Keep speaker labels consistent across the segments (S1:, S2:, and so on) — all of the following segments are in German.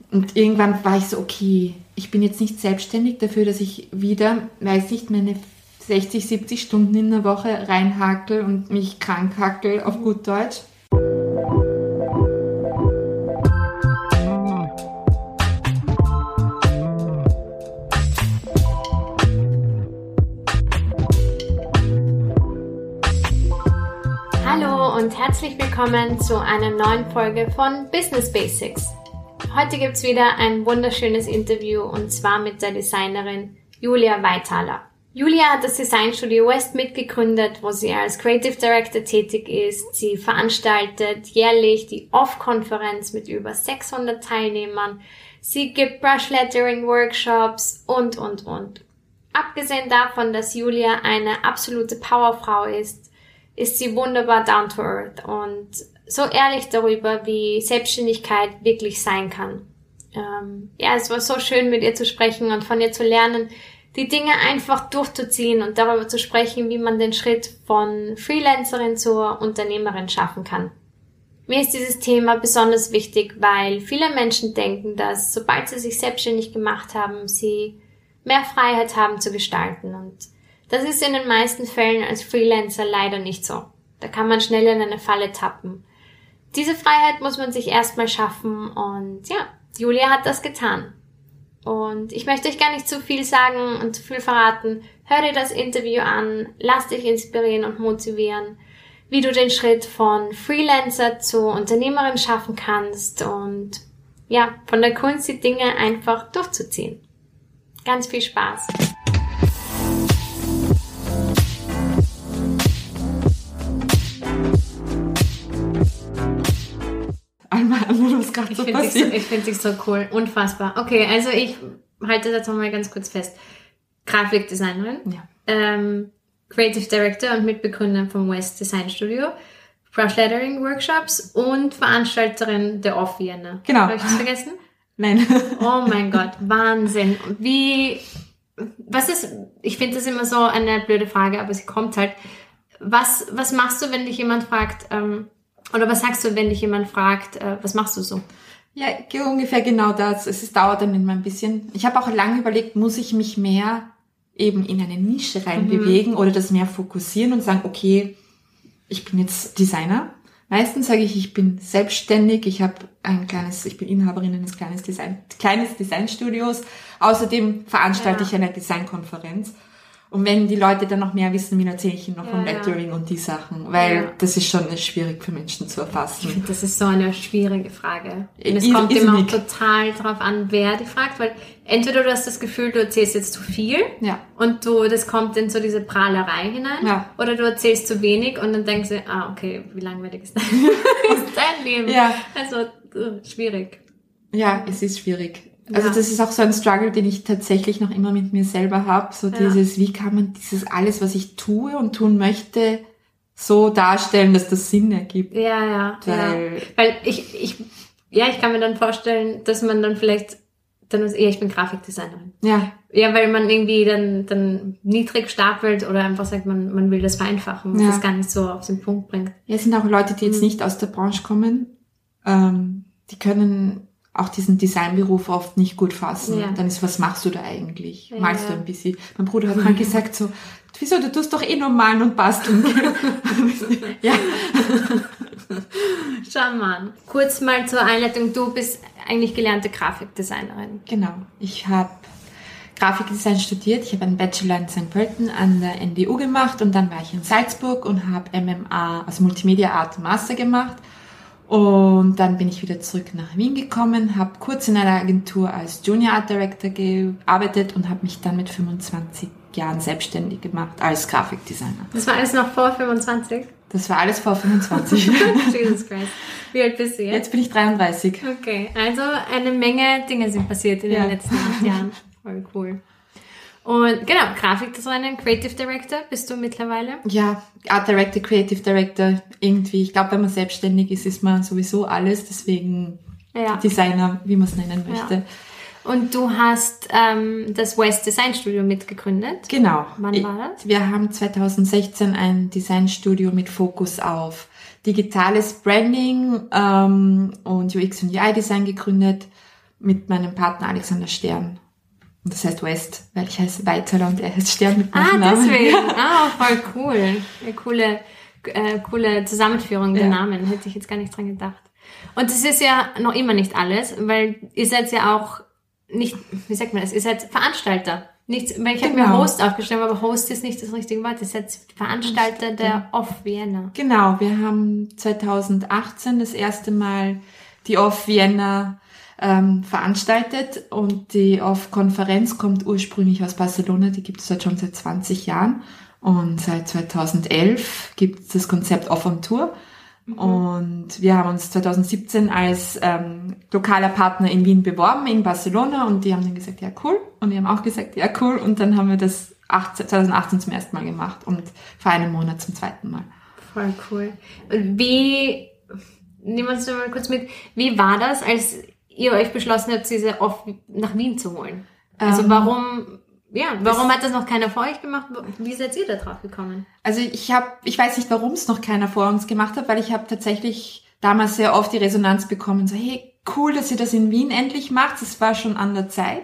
S1: Und irgendwann war ich so, okay, ich bin jetzt nicht selbstständig dafür, dass ich wieder, weiß nicht, meine 60, 70 Stunden in der Woche reinhakel und mich krank hakel auf gut Deutsch.
S2: Hallo und herzlich willkommen zu einer neuen Folge von Business Basics. Heute gibt es wieder ein wunderschönes Interview und zwar mit der Designerin Julia Weithaler. Julia hat das Designstudio West mitgegründet, wo sie als Creative Director tätig ist. Sie veranstaltet jährlich die Off-Konferenz mit über 600 Teilnehmern. Sie gibt Brush-Lettering-Workshops und. Abgesehen davon, dass Julia eine absolute Powerfrau ist sie wunderbar down to earth und so ehrlich darüber, wie Selbstständigkeit wirklich sein kann. Es war so schön, mit ihr zu sprechen und von ihr zu lernen, die Dinge einfach durchzuziehen und darüber zu sprechen, wie man den Schritt von Freelancerin zur Unternehmerin schaffen kann. Mir ist dieses Thema besonders wichtig, weil viele Menschen denken, dass sobald sie sich selbstständig gemacht haben, sie mehr Freiheit haben zu gestalten, und das ist in den meisten Fällen als Freelancer leider nicht so. Da kann man schnell in eine Falle tappen. Diese Freiheit muss man sich erstmal schaffen und ja, Julia hat das getan. Und ich möchte euch gar nicht zu viel sagen und zu viel verraten. Hör dir das Interview an, lass dich inspirieren und motivieren, wie du den Schritt von Freelancer zur Unternehmerin schaffen kannst und ja, von der Kunst die Dinge einfach durchzuziehen. Ganz viel Spaß!
S1: Was gerade so passiert.
S2: Ich finde es so cool. Unfassbar. Okay, also ich halte das jetzt nochmal ganz kurz fest. Grafikdesignerin, Creative Director und Mitbegründerin vom West Design Studio, Brush Lettering Workshops und Veranstalterin der Off Vienna.
S1: Genau.
S2: Habe ich das vergessen?
S1: Nein.
S2: Oh mein Gott, Wahnsinn. Ich finde das immer so eine blöde Frage, aber sie kommt halt. Was machst du, wenn dich jemand fragt, oder was sagst du, wenn dich jemand fragt, was machst du so?
S1: Ja, ungefähr genau das. Es dauert dann immer ein bisschen. Ich habe auch lange überlegt, muss ich mich mehr eben in eine Nische reinbewegen oder das mehr fokussieren und sagen, okay, ich bin jetzt Designer. Meistens sage ich bin selbstständig. Ich bin Inhaberin eines kleines Designstudios. Außerdem veranstalte ich eine Designkonferenz. Und wenn die Leute dann noch mehr wissen, wie erzähle ich ihnen noch vom Lettering und die Sachen, weil das ist schon schwierig für Menschen zu erfassen.
S2: Ich finde, das ist so eine schwierige Frage. Und es kommt immer auch total drauf an, wer die fragt, weil entweder du hast das Gefühl, du erzählst jetzt zu viel und das kommt in so diese Prahlerei hinein, oder du erzählst zu wenig und dann denkst du, okay, wie langweilig ist dein Leben? Ja. Also, schwierig.
S1: Ja, es ist schwierig. Also das ist auch so ein Struggle, den ich tatsächlich noch immer mit mir selber habe. So dieses, wie kann man dieses alles, was ich tue und tun möchte, so darstellen, dass das Sinn ergibt.
S2: Weil ich kann mir dann vorstellen, dass man dann vielleicht, ich bin Grafikdesignerin. Ja, weil man irgendwie dann niedrig stapelt oder einfach sagt, man will das vereinfachen, was das gar nicht so auf den Punkt bringt.
S1: Ja, es sind auch Leute, die jetzt nicht aus der Branche kommen, die können auch diesen Designberuf oft nicht gut fassen. Dann ist, was machst du da eigentlich? Malst du ein bisschen? Mein Bruder hat mal gesagt so, wieso, du tust doch eh nur malen und basteln. Ja.
S2: Charmant. Kurz mal zur Einleitung, du bist eigentlich gelernte Grafikdesignerin.
S1: Genau. Ich habe Grafikdesign studiert. Ich habe einen Bachelor in St. Pölten an der NDU gemacht und dann war ich in Salzburg und habe MMA, also Multimedia Art Master gemacht. Und dann bin ich wieder zurück nach Wien gekommen, habe kurz in einer Agentur als Junior Art Director gearbeitet und habe mich dann mit 25 Jahren selbstständig gemacht als Grafikdesigner.
S2: Das war alles noch vor 25?
S1: Das war alles vor 25.
S2: Jesus Christ. Wie alt bist du jetzt?
S1: Jetzt bin ich 33.
S2: Okay, also eine Menge Dinge sind passiert in den letzten 8 Jahren. Voll cool. Und genau, Grafikdesigner, Creative Director bist du mittlerweile?
S1: Ja, Art Director, Creative Director, irgendwie. Ich glaube, wenn man selbstständig ist man sowieso alles. Deswegen Designer, wie man es nennen möchte.
S2: Ja. Und du hast das West Design Studio mitgegründet.
S1: Genau.
S2: Wann war das?
S1: Wir haben 2016 ein Designstudio mit Fokus auf digitales Branding und UX und UI Design gegründet. mit meinem Partner Alexander Stern. Und das heißt West, weil ich heiße Weitaler und er heißt Stern mit meinem Namen.
S2: Deswegen. Voll cool. Eine coole Zusammenführung der Namen. Hätte ich jetzt gar nicht dran gedacht. Und das ist ja noch immer nicht alles, weil ihr seid ja auch nicht, wie sagt man das, ihr seid Veranstalter. Nicht, weil ich habe mir Host aufgeschrieben, aber Host ist nicht das richtige Wort. Ihr seid Veranstalter der Off Vienna.
S1: Genau, wir haben 2018 das erste Mal die Off Vienna veranstaltet und die Off-Konferenz kommt ursprünglich aus Barcelona, die gibt es dort schon seit 20 Jahren und seit 2011 gibt es das Konzept Off on Tour und wir haben uns 2017 als lokaler Partner in Wien beworben, in Barcelona und die haben dann gesagt, ja cool und wir haben auch gesagt, ja cool und dann haben wir das 2018 zum ersten Mal gemacht und vor einem Monat zum zweiten Mal.
S2: Voll cool. Und nehmen wir uns mal kurz mit, wie war das, als ihr euch beschlossen habt, diese Off nach Wien zu holen? Also warum hat das noch keiner vor euch gemacht? Wie seid ihr da drauf gekommen?
S1: Also ich weiß nicht, warum es noch keiner vor uns gemacht hat, weil ich habe tatsächlich damals sehr oft die Resonanz bekommen, so hey, cool, dass ihr das in Wien endlich macht, das war schon an der Zeit.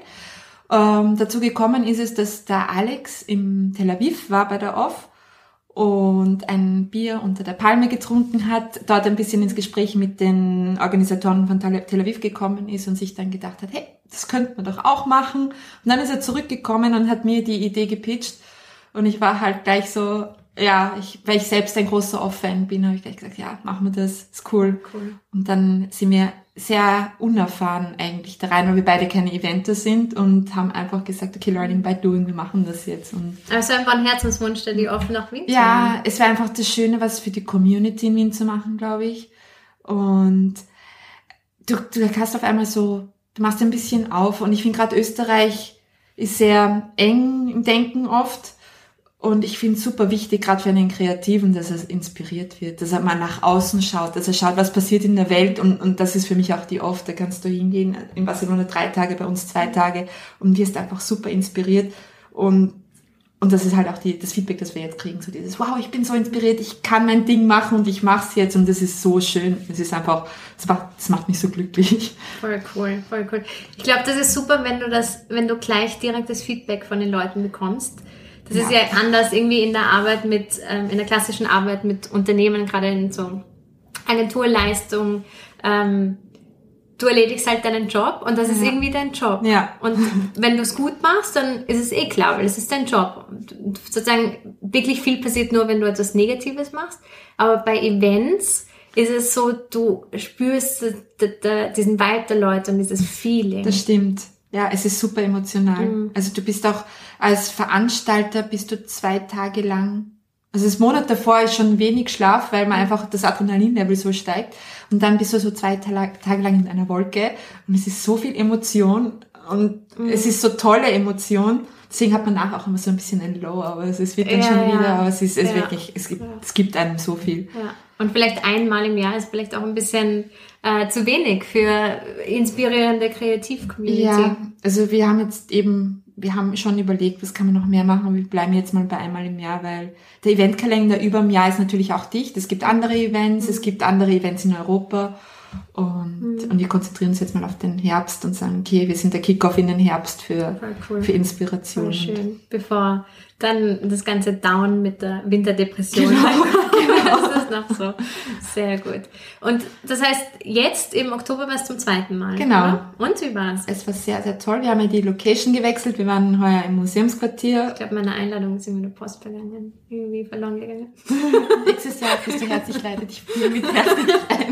S1: Dazu gekommen ist es, dass der Alex im Tel Aviv war bei der Off und ein Bier unter der Palme getrunken hat, dort ein bisschen ins Gespräch mit den Organisatoren von Tel Aviv gekommen ist und sich dann gedacht hat, hey, das könnte man doch auch machen. Und dann ist er zurückgekommen und hat mir die Idee gepitcht und ich war halt gleich so, weil ich selbst ein großer Off-Fan bin, habe ich gleich gesagt, ja, machen wir das, ist cool. Und dann sind wir sehr unerfahren eigentlich da rein, weil wir beide keine Eventer sind und haben einfach gesagt, okay, learning by doing, wir machen das jetzt. Und
S2: aber es war einfach ein Herzenswunsch, der die Off nach Wien zu
S1: machen. Es war einfach das Schöne, was für die Community in Wien zu machen, glaube ich. Und du hast auf einmal so, du machst ein bisschen auf und ich finde gerade Österreich ist sehr eng im Denken oft. Und ich finde es super wichtig, gerade für einen Kreativen, dass er inspiriert wird, dass er mal nach außen schaut, dass er schaut, was passiert in der Welt. Und das ist für mich auch die Off. Da kannst du hingehen, in Barcelona 3 Tage, bei uns 2 Tage und wirst einfach super inspiriert. Und das ist halt auch das Feedback, das wir jetzt kriegen. So dieses, wow, ich bin so inspiriert, ich kann mein Ding machen und ich mache es jetzt. Und das ist so schön. Es ist einfach, das macht mich so glücklich.
S2: Voll cool, voll cool. Ich glaube, das ist super, wenn du gleich direkt das Feedback von den Leuten bekommst. Das ist ja anders irgendwie in der Arbeit in der klassischen Arbeit mit Unternehmen, gerade in so Agenturleistung. Du erledigst halt deinen Job und das ist irgendwie dein Job. Ja. Und wenn du es gut machst, dann ist es eh klar, weil es ist dein Job. Und sozusagen wirklich viel passiert nur, wenn du etwas Negatives machst. Aber bei Events ist es so, du spürst diesen Vibe der Leute und dieses Feeling.
S1: Das stimmt. Ja, es ist super emotional. Also du bist auch als Veranstalter bist du 2 Tage lang, also das Monat davor ist schon wenig Schlaf, weil man einfach das Adrenalinlevel so steigt und dann bist du so 2 Tage lang in einer Wolke und es ist so viel Emotion und es ist so tolle Emotion. Deswegen hat man nachher auch immer so ein bisschen ein Low, aber es wird dann schon wieder, aber es ist wirklich, es gibt einem so viel. Ja.
S2: Und vielleicht einmal im Jahr ist vielleicht auch ein bisschen zu wenig für inspirierende Kreativ-Community.
S1: Ja, also wir haben schon überlegt, was kann man noch mehr machen. Wir bleiben jetzt mal bei einmal im Jahr, weil der Eventkalender über dem Jahr ist natürlich auch dicht. Es gibt andere Events, es gibt andere Events in Europa und wir konzentrieren uns jetzt mal auf den Herbst und sagen, okay, wir sind der Kickoff in den Herbst für Inspiration.
S2: Voll schön, bevor dann das ganze Down mit der Winterdepression.
S1: Genau.
S2: Das ist noch so. Sehr gut. Und das heißt, jetzt im Oktober war es zum 2. Mal.
S1: Genau.
S2: Oder? Und wie war's?
S1: Es war sehr, sehr toll. Wir haben ja die Location gewechselt. Wir waren heuer im Museumsquartier.
S2: Ich glaube, meine Einladung ist irgendwie in der Post vergangen. Irgendwie verloren gegangen.
S1: Nächstes Jahr bist du herzlich leitet. Ich fühle mich herzlich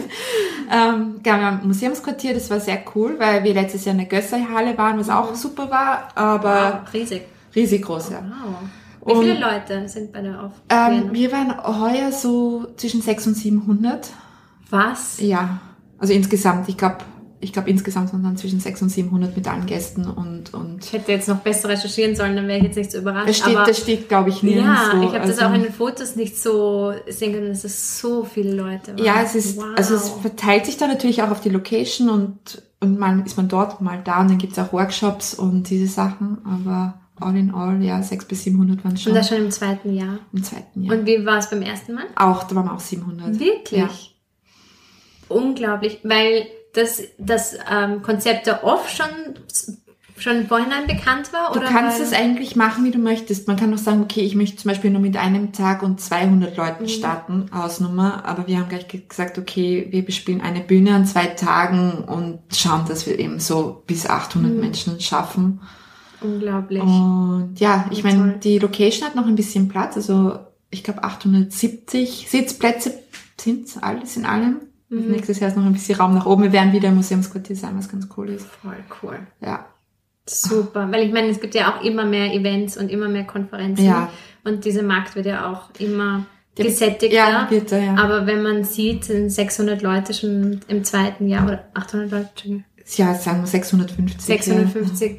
S1: ein. Wir haben im Museumsquartier. Das war sehr cool, weil wir letztes Jahr in der Gösserhalle waren, was auch super war. Aber riesig groß, ja.
S2: Wow. Wie viele Leute sind bei der Off?
S1: Wir waren heuer so zwischen 600 und 700.
S2: Was?
S1: Ja, also insgesamt. Ich glaube insgesamt waren dann zwischen 600 und 700 mit allen Gästen und.
S2: Ich hätte jetzt noch besser recherchieren sollen, dann wäre ich jetzt nicht so überrascht.
S1: Das steht, glaube ich, nirgends so.
S2: Ja, ich habe das auch in den Fotos nicht so sehen können, dass es so viele Leute waren.
S1: Ja, es verteilt sich dann natürlich auch auf die Location und mal ist man dort, mal da und dann gibt's auch Workshops und diese Sachen, aber all in all, 600 bis 700 waren schon.
S2: Und das schon im 2. Jahr?
S1: Im 2. Jahr.
S2: Und wie war es beim ersten Mal?
S1: Da waren auch 700.
S2: Wirklich? Ja. Unglaublich, weil dass das Konzept der Off schon im Vorhinein bekannt war?
S1: Du
S2: oder
S1: kannst es eigentlich machen, wie du möchtest. Man kann auch sagen, okay, ich möchte zum Beispiel nur mit einem Tag und 200 Leuten starten, Hausnummer. Aber wir haben gleich gesagt, okay, wir bespielen eine Bühne an 2 Tagen und schauen, dass wir eben so bis 800 Menschen schaffen.
S2: Unglaublich.
S1: Und ja, ich meine, die Location hat noch ein bisschen Platz. Also ich glaube 870 Sitzplätze sind alles in allem. Nächstes Jahr ist noch ein bisschen Raum nach oben. Wir werden wieder im Museumsquartier sein, was ganz cool ist.
S2: Voll cool.
S1: Ja.
S2: Super, weil ich meine, es gibt ja auch immer mehr Events und immer mehr Konferenzen. Ja. Und dieser Markt wird ja auch immer gesättigter.
S1: Ja, wird er, ja.
S2: Aber wenn man sieht, sind 600 Leute schon im zweiten Jahr oder 800 Leute schon.
S1: Ja, sagen wir 650.
S2: 650.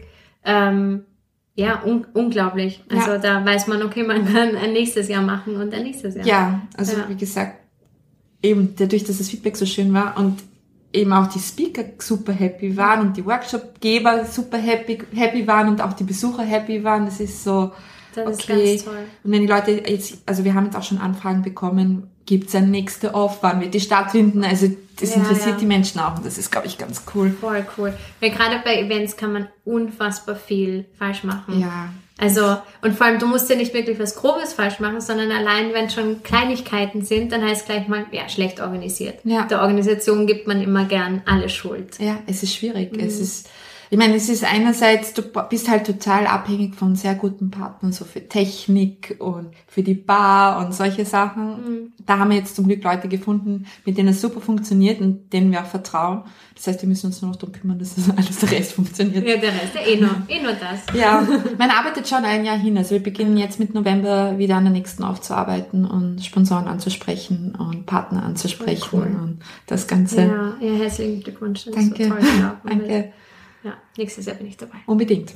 S2: Ja, unglaublich. Also da weiß man, okay, man kann ein nächstes Jahr machen und ein nächstes Jahr.
S1: Ja, also wie gesagt, eben dadurch, dass das Feedback so schön war und eben auch die Speaker super happy waren und die Workshopgeber super happy waren und auch die Besucher happy waren. Das ist so,
S2: das ist ganz toll.
S1: Und wenn die Leute jetzt, also wir haben jetzt auch schon Anfragen bekommen, gibt's ein nächste Off, wann wird die stattfinden? Also das interessiert die Menschen auch und das ist, glaube ich, ganz cool.
S2: Voll cool. Weil gerade bei Events kann man unfassbar viel falsch machen.
S1: Ja.
S2: Also, und vor allem, du musst ja nicht wirklich was Grobes falsch machen, sondern allein, wenn schon Kleinigkeiten sind, dann heißt gleich mal, schlecht organisiert. Ja. Der Organisation gibt man immer gern alle Schuld.
S1: Ja, es ist schwierig. Es ist, ich meine, es ist einerseits, du bist halt total abhängig von sehr guten Partnern, so für Technik und für die Bar und solche Sachen. Da haben wir jetzt zum Glück Leute gefunden, mit denen es super funktioniert und denen wir auch vertrauen. Das heißt, wir müssen uns nur noch darum kümmern, dass das alles der Rest funktioniert.
S2: Ja, der Rest, nur das.
S1: Ja, man arbeitet schon ein Jahr hin. Also wir beginnen jetzt mit November wieder an der nächsten aufzuarbeiten und Sponsoren anzusprechen und Partner anzusprechen und das Ganze.
S2: Ja, herzlichen Glückwunsch. Das
S1: Danke.
S2: Ist so toll gelaufen.
S1: Danke.
S2: Ja, nächstes Jahr bin ich dabei.
S1: Unbedingt.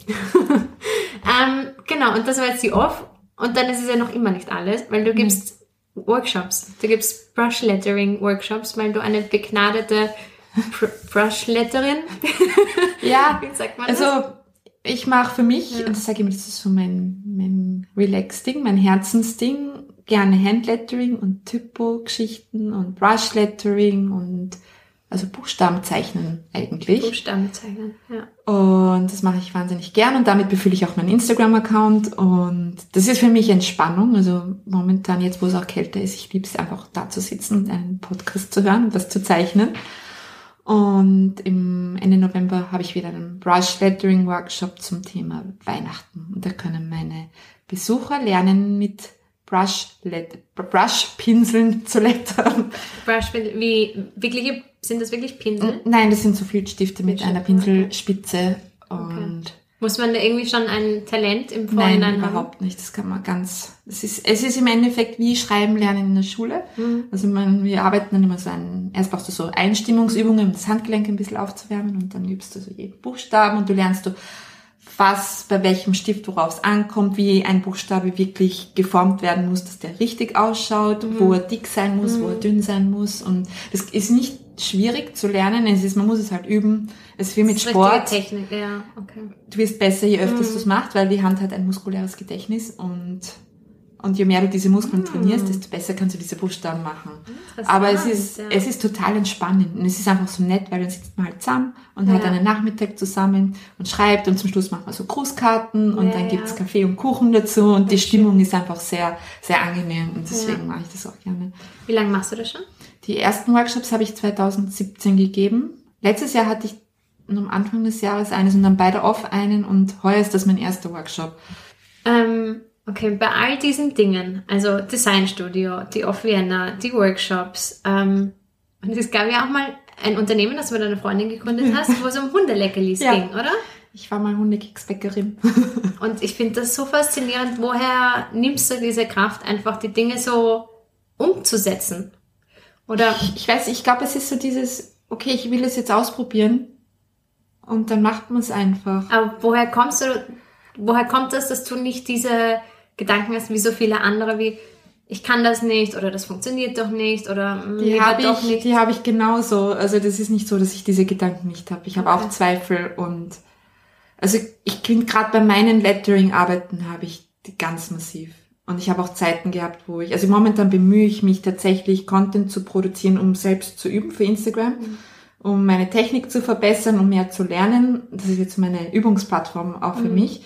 S2: Genau, und das war jetzt die Off. Und dann ist es ja noch immer nicht alles, weil du gibst Workshops. Du gibst Brush-Lettering-Workshops, weil du eine begnadete Brush-Letterin.
S1: Ja,
S2: wie sagt man
S1: das? Also ich mache für mich, und das sage ich immer, das ist so mein Relax-Ding, mein Herzensding, gerne Handlettering und Typo-Geschichten und Brush-Lettering und also Buchstaben zeichnen eigentlich.
S2: Buchstaben zeichnen, ja.
S1: Und das mache ich wahnsinnig gern und damit befülle ich auch meinen Instagram-Account und das ist für mich Entspannung. Also momentan, jetzt wo es auch kälter ist, ich liebe es einfach da zu sitzen und einen Podcast zu hören und was zu zeichnen. Und im Ende November habe ich wieder einen Brush-Lettering-Workshop zum Thema Weihnachten. Und da können meine Besucher lernen, mit Brushpinseln zu lettern.
S2: Sind das wirklich Pinsel?
S1: Nein, das sind so Filzstifte mit einer Pinselspitze. Und
S2: muss man da irgendwie schon ein Talent im Vorhinein haben?
S1: Nein, überhaupt nicht. Das kann man es ist im Endeffekt wie Schreiben lernen in der Schule. Also wir arbeiten dann immer erst brauchst du so Einstimmungsübungen, um das Handgelenk ein bisschen aufzuwärmen und dann übst du so jeden Buchstaben und du lernst was bei welchem Stift, worauf es ankommt, wie ein Buchstabe wirklich geformt werden muss, dass der richtig ausschaut, wo er dick sein muss, wo er dünn sein muss. Und das ist nicht schwierig zu lernen. Man muss es halt üben. Es ist wie mit Sport.
S2: Technik, ja, okay.
S1: Du wirst besser, je öfter du es machst, weil die Hand hat ein muskuläres Gedächtnis und je mehr du diese Muskeln trainierst, desto besser kannst du diese Buchstaben machen. Aber es ist total entspannend und es ist einfach so nett, weil dann sitzt man halt zusammen und hat einen Nachmittag zusammen und schreibt und zum Schluss macht man so Grußkarten und dann gibt's Kaffee und Kuchen dazu und die Stimmung ist einfach sehr, sehr angenehm und deswegen mache ich das auch gerne.
S2: Wie lange machst du das schon?
S1: Die ersten Workshops habe ich 2017 gegeben. Letztes Jahr hatte ich am Anfang des Jahres eines und dann bei der Off einen und heuer ist das mein erster Workshop.
S2: Okay, bei all diesen Dingen, also Designstudio, die Off Vienna, die Workshops, und es gab ja auch mal ein Unternehmen, das du mit deiner Freundin gegründet hast, wo es um Hundeleckerlis ging, oder?
S1: Ich war mal Hundekeksbäckerin.
S2: Und ich finde das so faszinierend, woher nimmst du diese Kraft, einfach die Dinge so umzusetzen? Oder?
S1: Ich weiß, ich glaube, es ist so dieses, okay, ich will es jetzt ausprobieren und dann macht man es einfach.
S2: Aber woher kommt das, dass du nicht diese Gedanken hast wie so viele andere, wie ich kann das nicht oder das funktioniert doch nicht oder
S1: die habe ich genauso. Also das ist nicht so, dass ich diese Gedanken nicht habe. Ich habe auch Zweifel und also ich finde gerade bei meinen Lettering-Arbeiten habe ich die ganz massiv. Und ich habe auch Zeiten gehabt, momentan bemühe ich mich tatsächlich, Content zu produzieren, um selbst zu üben für Instagram. um meine Technik zu verbessern, um mehr zu lernen. Das ist jetzt meine Übungsplattform auch für mich.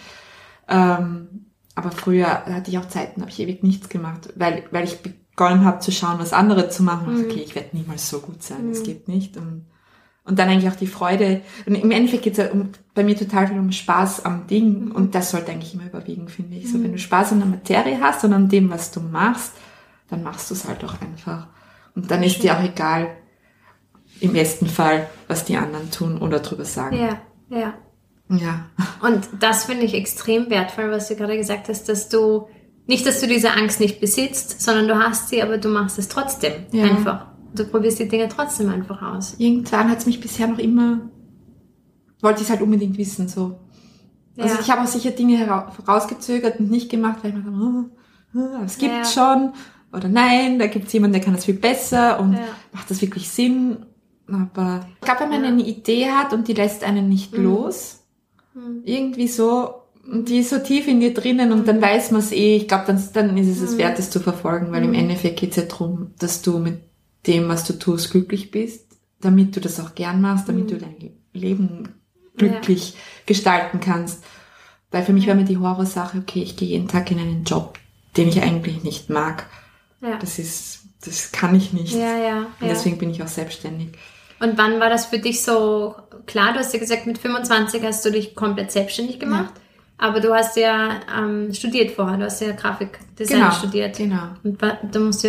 S1: Aber früher hatte ich auch Zeiten, habe ich ewig nichts gemacht, weil ich begonnen habe zu schauen, was andere zu machen. Und okay, ich werde niemals so gut sein, das geht nicht. Und dann eigentlich auch die Freude. Und im Endeffekt geht es ja bei mir total viel um Spaß am Ding. Und das sollte eigentlich immer überwiegen, finde ich. So, wenn du Spaß an der Materie hast und an dem, was du machst, dann machst du es halt auch einfach. Und dann ist dir auch egal, im besten Fall, was die anderen tun oder drüber sagen.
S2: Ja.
S1: Ja.
S2: Und das finde ich extrem wertvoll, was du gerade gesagt hast, dass du diese Angst nicht besitzt, sondern du hast sie, aber du machst es trotzdem einfach. Du probierst die Dinge trotzdem einfach aus.
S1: Irgendwann hat es mich bisher noch immer, wollte ich es halt unbedingt wissen, so. Also ich habe auch sicher Dinge rausgezögert und nicht gemacht, weil ich mir dachte, es gibt schon, oder nein, da gibt es jemanden, der kann das viel besser und macht das wirklich Sinn. Aber ich glaube, wenn man eine Idee hat und die lässt einen nicht los, irgendwie so, und die ist so tief in dir drinnen und dann weiß man es ich glaube, dann ist es wert, es zu verfolgen, weil im Endeffekt geht es ja darum, dass du mit dem, was du tust, glücklich bist, damit du das auch gern machst, damit du dein Leben glücklich gestalten kannst. Weil für mich war mir die Horrorsache, okay, ich gehe jeden Tag in einen Job, den ich eigentlich nicht mag. Ja. Das kann ich nicht. Und deswegen bin ich auch selbstständig. Und
S2: wann war das für dich so klar? Du hast ja gesagt, mit 25 hast du dich komplett selbstständig gemacht. Aber du hast ja studiert vorher. Du hast ja Grafikdesign studiert. Genau. Und du musst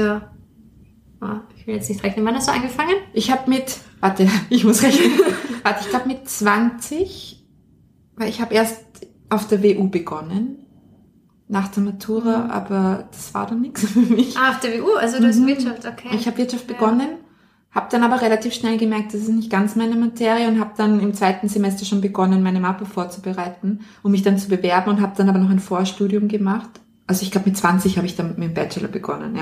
S2: ich will jetzt nicht rechnen. Wann hast du angefangen?
S1: Ich habe ich muss rechnen. Ich glaube mit 20, weil ich habe erst auf der WU begonnen. Nach der Matura, aber das war dann nichts für mich.
S2: Auf der WU, also du hast Wirtschaft, okay.
S1: Ich habe Wirtschaft begonnen, habe dann aber relativ schnell gemerkt, das ist nicht ganz meine Materie und habe dann im 2. Semester schon begonnen, meine Mappe vorzubereiten, um mich dann zu bewerben und habe dann aber noch ein Vorstudium gemacht. Also ich glaube mit 20 habe ich dann mit dem Bachelor begonnen,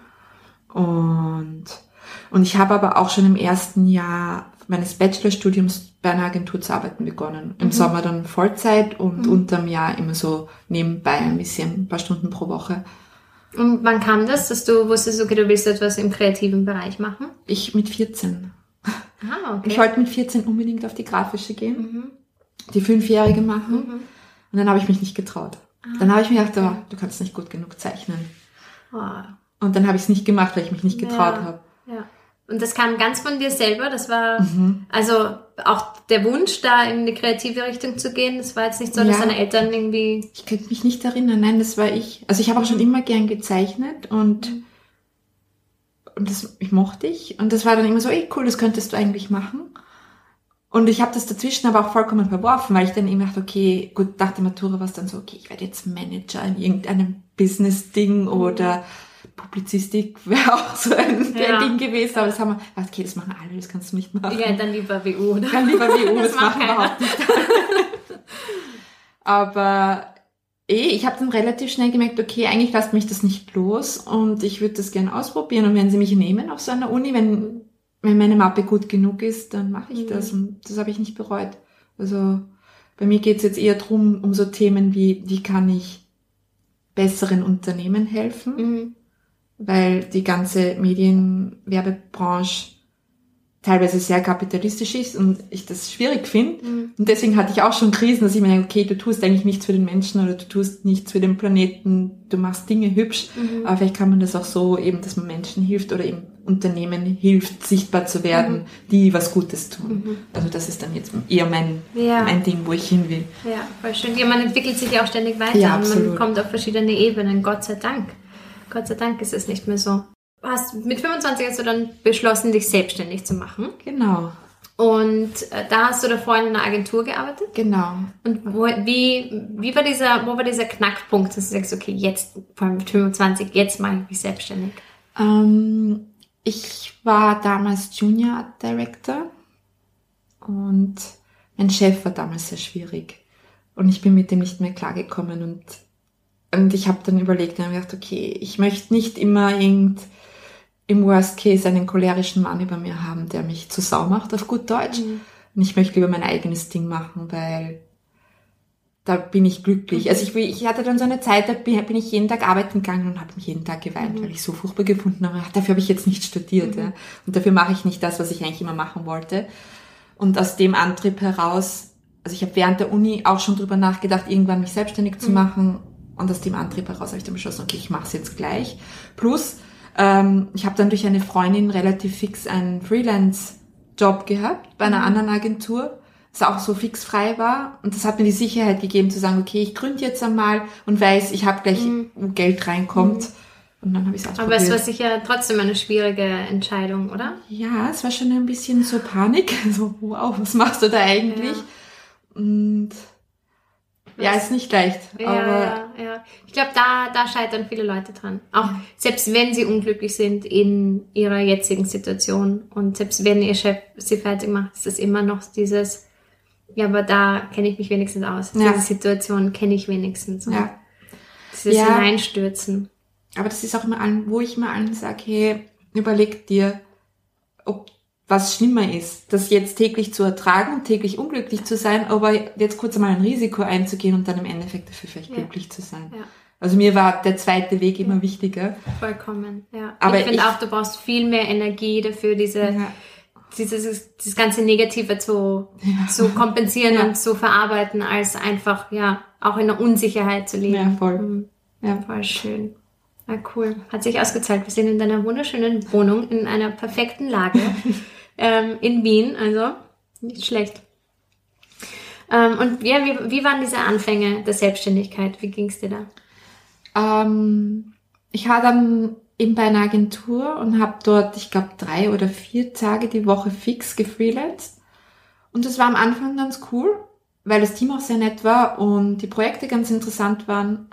S1: Und ich habe aber auch schon im ersten Jahr meines Bachelorstudiums bei einer Agentur zu arbeiten begonnen. Im Sommer dann Vollzeit und unterm Jahr immer so nebenbei ein paar Stunden pro Woche.
S2: Und wann kam das, dass du wusstest, okay, du willst etwas im kreativen Bereich machen?
S1: Ich mit 14.
S2: Okay.
S1: Ich wollte mit 14 unbedingt auf die grafische gehen, die 5-Jährige machen. Und dann habe ich mich nicht getraut. Dann habe ich mir gedacht, du kannst nicht gut genug zeichnen. Und dann habe ich es nicht gemacht, weil ich mich nicht getraut habe.
S2: Ja. Und das kam ganz von dir selber? Das war also auch der Wunsch, da in die kreative Richtung zu gehen? Das war jetzt nicht so, dass deine Eltern irgendwie...
S1: Ich könnte mich nicht erinnern. Nein, das war ich. Also ich habe auch schon immer gern gezeichnet und das mochte ich. Und das war dann immer so, cool, das könntest du eigentlich machen. Und ich habe das dazwischen aber auch vollkommen verworfen, weil ich dann immer dachte, okay, gut, nach der Matura war es dann so, okay, ich werde jetzt Manager in irgendeinem Business-Ding oder... Publizistik wäre auch so ein Ding gewesen, aber das haben wir, okay, das machen alle, das kannst du nicht machen.
S2: Ja, dann lieber WU, oder?
S1: Dann lieber WU, das machen wir überhaupt nicht. Aber ich habe dann relativ schnell gemerkt, okay, eigentlich lasst mich das nicht los und ich würde das gerne ausprobieren und wenn sie mich nehmen auf so einer Uni, wenn meine Mappe gut genug ist, dann mache ich das und das habe ich nicht bereut. Also bei mir geht es jetzt eher drum, um so Themen wie kann ich besseren Unternehmen helfen, weil die ganze Medienwerbebranche teilweise sehr kapitalistisch ist und ich das schwierig finde. Und deswegen hatte ich auch schon Krisen, dass ich mir denke, okay, du tust eigentlich nichts für den Menschen oder du tust nichts für den Planeten, du machst Dinge hübsch, aber vielleicht kann man das auch so eben, dass man Menschen hilft oder eben Unternehmen hilft, sichtbar zu werden, die was Gutes tun. Also das ist dann jetzt eher mein Ding, wo ich hin will.
S2: Ja, voll schön. Ja, man entwickelt sich ja auch ständig weiter und man kommt auf verschiedene Ebenen, Gott sei Dank. Gott sei Dank ist es nicht mehr so. Mit 25 hast du dann beschlossen, dich selbstständig zu machen.
S1: Genau.
S2: Und da hast du davor in einer Agentur gearbeitet?
S1: Genau.
S2: Und wo war dieser Knackpunkt, dass du sagst, okay, jetzt, vor allem mit 25, jetzt mache ich mich selbstständig?
S1: Ich war damals Junior Art Director und mein Chef war damals sehr schwierig. Und ich bin mit dem nicht mehr klargekommen und ich habe dann überlegt und gedacht, okay, ich möchte nicht immer im Worst Case einen cholerischen Mann über mir haben, der mich zur Sau macht, auf gut Deutsch. Und ich möchte lieber mein eigenes Ding machen, weil da bin ich glücklich. Also ich hatte dann so eine Zeit, da bin ich jeden Tag arbeiten gegangen und habe mich jeden Tag geweint, weil ich so furchtbar gefunden habe. Dafür habe ich jetzt nicht studiert. Ja. Und dafür mache ich nicht das, was ich eigentlich immer machen wollte. Und aus dem Antrieb heraus, also ich habe während der Uni auch schon drüber nachgedacht, irgendwann mich selbstständig zu machen. Und aus dem Antrieb heraus habe ich dann beschlossen, okay, ich mache es jetzt gleich. Plus, ich habe dann durch eine Freundin relativ fix einen Freelance-Job gehabt bei einer anderen Agentur, das auch so fix frei war. Und das hat mir die Sicherheit gegeben zu sagen, okay, ich gründe jetzt einmal und weiß, ich habe gleich, wo Geld reinkommt. Und dann habe ich es ausprobiert.
S2: Aber es war sicher trotzdem eine schwierige Entscheidung, oder?
S1: Ja, es war schon ein bisschen so Panik. So, wow, was machst du da eigentlich? Ja. Und ja, ist nicht leicht. Aber
S2: ja. Ich glaube, da scheitern viele Leute dran. Auch selbst wenn sie unglücklich sind in ihrer jetzigen Situation und selbst wenn ihr Chef sie fertig macht, ist es immer noch dieses, ja, aber da kenne ich mich wenigstens aus.
S1: Ja.
S2: Diese Situation kenne ich wenigstens. Und
S1: ja.
S2: dieses Hineinstürzen.
S1: Aber das ist auch immer wo ich mal allen sage, hey, überleg dir, ob was schlimmer ist, das jetzt täglich zu ertragen und täglich unglücklich zu sein, aber jetzt kurz einmal ein Risiko einzugehen und dann im Endeffekt dafür vielleicht glücklich zu sein. Ja. Also mir war der zweite Weg immer wichtiger.
S2: Vollkommen, ja.
S1: Aber
S2: ich finde auch, du brauchst viel mehr Energie dafür, dieses ganze Negative zu kompensieren und zu verarbeiten, als einfach, auch in der Unsicherheit zu leben.
S1: Ja, voll.
S2: Ja, voll schön. Ja, cool. Hat sich ausgezahlt. Wir sind in deiner wunderschönen Wohnung, in einer perfekten Lage, in Wien, also nicht schlecht. Und wie waren diese Anfänge der Selbstständigkeit? Wie ging's dir da?
S1: Ich war dann eben bei einer Agentur und habe dort, ich glaube, 3 oder 4 Tage die Woche fix gefreelanced. Und das war am Anfang ganz cool, weil das Team auch sehr nett war und die Projekte ganz interessant waren.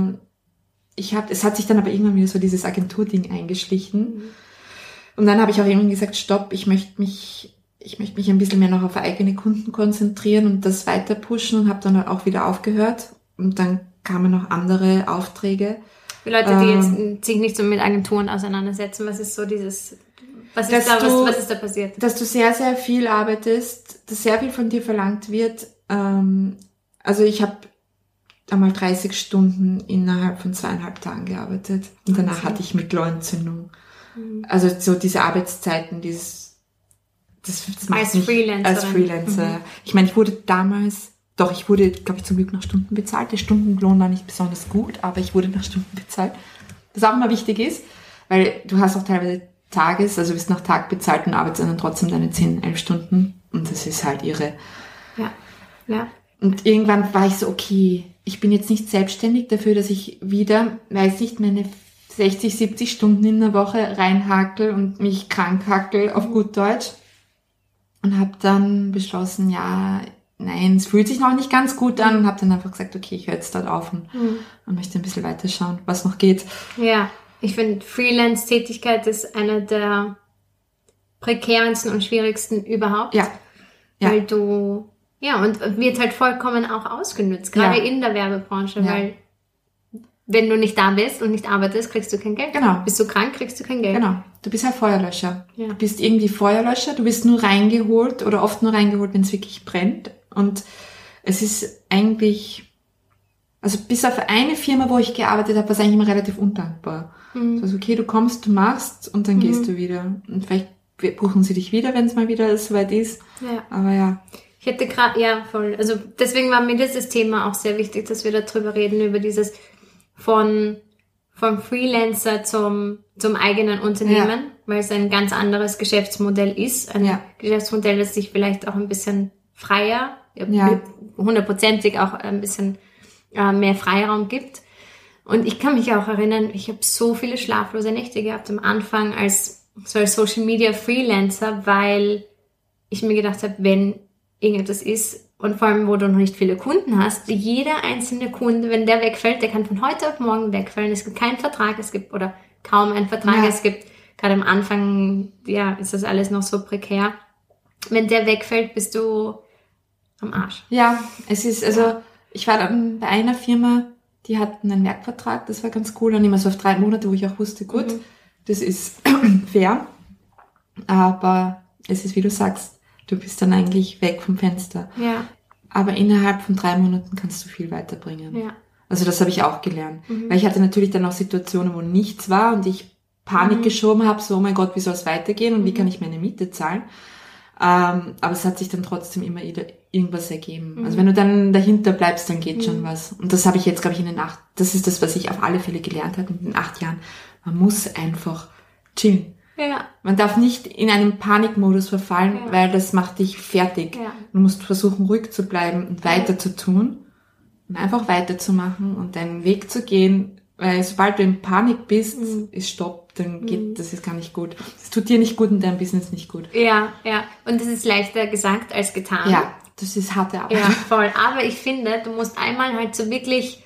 S1: Es hat sich dann aber irgendwann wieder so dieses Agenturding eingeschlichen. Und dann habe ich auch irgendwann gesagt, stopp, ich möchte mich ein bisschen mehr noch auf eigene Kunden konzentrieren und das weiter pushen und habe dann halt auch wieder aufgehört. Und dann kamen noch andere Aufträge.
S2: Für Leute, die jetzt sich nicht so mit Agenturen auseinandersetzen, was ist so dieses, was ist da passiert?
S1: Dass du sehr, sehr viel arbeitest, dass sehr viel von dir verlangt wird. Also ich habe einmal 30 Stunden innerhalb von 2,5 Tagen gearbeitet. Und danach hatte ich Mittelohrentzündung. Also so diese Arbeitszeiten, das macht
S2: als Freelancer.
S1: Als Freelancer. Ich meine, ich wurde, glaube ich, zum Glück nach Stunden bezahlt. Der Stundenlohn war nicht besonders gut, aber ich wurde nach Stunden bezahlt. Was auch immer wichtig ist, weil du hast auch teilweise also bist nach Tag bezahlt und arbeitest dann trotzdem deine 10, 11 Stunden. Und das ist halt irre.
S2: Ja.
S1: Und irgendwann war ich so, okay, ich bin jetzt nicht selbstständig dafür, dass ich wieder, weiß nicht, meine 60, 70 Stunden in der Woche reinhakel und mich krank hakel auf gut Deutsch. Und habe dann beschlossen, nein, es fühlt sich noch nicht ganz gut an und habe dann einfach gesagt, okay, ich höre jetzt dort auf und möchte ein bisschen weiter schauen, was noch geht.
S2: Ja, ich finde, Freelance-Tätigkeit ist eine der prekärendsten und schwierigsten überhaupt. Ja. Weil du, und wird halt vollkommen auch ausgenutzt, gerade in der Werbebranche, weil wenn du nicht da bist und nicht arbeitest, kriegst du kein Geld.
S1: Genau.
S2: Bist du krank, kriegst du kein Geld.
S1: Genau. Du bist halt Feuerlöscher. Ja. Du bist irgendwie Feuerlöscher. Du bist nur reingeholt oder oft nur reingeholt, wenn es wirklich brennt. Und es ist eigentlich, also bis auf eine Firma, wo ich gearbeitet habe, war es eigentlich immer relativ undankbar. Also okay, du kommst, du machst und dann gehst du wieder. Und vielleicht buchen sie dich wieder, wenn es mal wieder soweit ist. Ja. Aber
S2: ich hätte gerade, voll. Also deswegen war mir dieses Thema auch sehr wichtig, dass wir darüber reden, über dieses vom Freelancer zum eigenen Unternehmen, weil es ein ganz anderes Geschäftsmodell ist. Ein Geschäftsmodell, das sich vielleicht auch ein bisschen freier, 100%ig auch ein bisschen mehr Freiraum gibt. Und ich kann mich auch erinnern, ich habe so viele schlaflose Nächte gehabt am Anfang als Social Media Freelancer, weil ich mir gedacht habe, wenn irgendetwas ist, und vor allem, wo du noch nicht viele Kunden hast, jeder einzelne Kunde, wenn der wegfällt, der kann von heute auf morgen wegfallen. Es gibt keinen Vertrag, oder kaum einen Vertrag. Es gibt, gerade am Anfang, ist das alles noch so prekär. Wenn der wegfällt, bist du am Arsch.
S1: Ja, es ist, ich war dann bei einer Firma, die hatten einen Werkvertrag, das war ganz cool, und immer so auf 3 Monate, wo ich auch wusste, gut, das ist fair, aber es ist, wie du sagst, du bist dann eigentlich weg vom Fenster.
S2: Ja.
S1: aber innerhalb von 3 Monaten kannst du viel weiterbringen.
S2: Ja.
S1: Also das habe ich auch gelernt. Weil ich hatte natürlich dann auch Situationen, wo nichts war und ich Panik geschoben habe, so, oh mein Gott, wie soll es weitergehen und wie kann ich meine Miete zahlen? Aber es hat sich dann trotzdem immer irgendwas ergeben. Also wenn du dann dahinter bleibst, dann geht schon was. Und das habe ich jetzt, glaube ich, das ist das, was ich auf alle Fälle gelernt habe in den 8 Jahren. Man muss einfach chillen.
S2: Ja.
S1: Man darf nicht in einen Panikmodus verfallen, weil das macht dich fertig.
S2: Ja.
S1: Du musst versuchen, ruhig zu bleiben und weiter zu tun und einfach weiterzumachen und deinen Weg zu gehen, weil sobald du in Panik bist, ist Stopp, dann geht, das ist gar nicht gut. Das tut dir nicht gut und deinem Business nicht gut.
S2: Ja, ja. Und das ist leichter gesagt als getan.
S1: Ja, das ist harte Arbeit.
S2: Ja, voll. Aber ich finde, du musst einmal halt so wirklich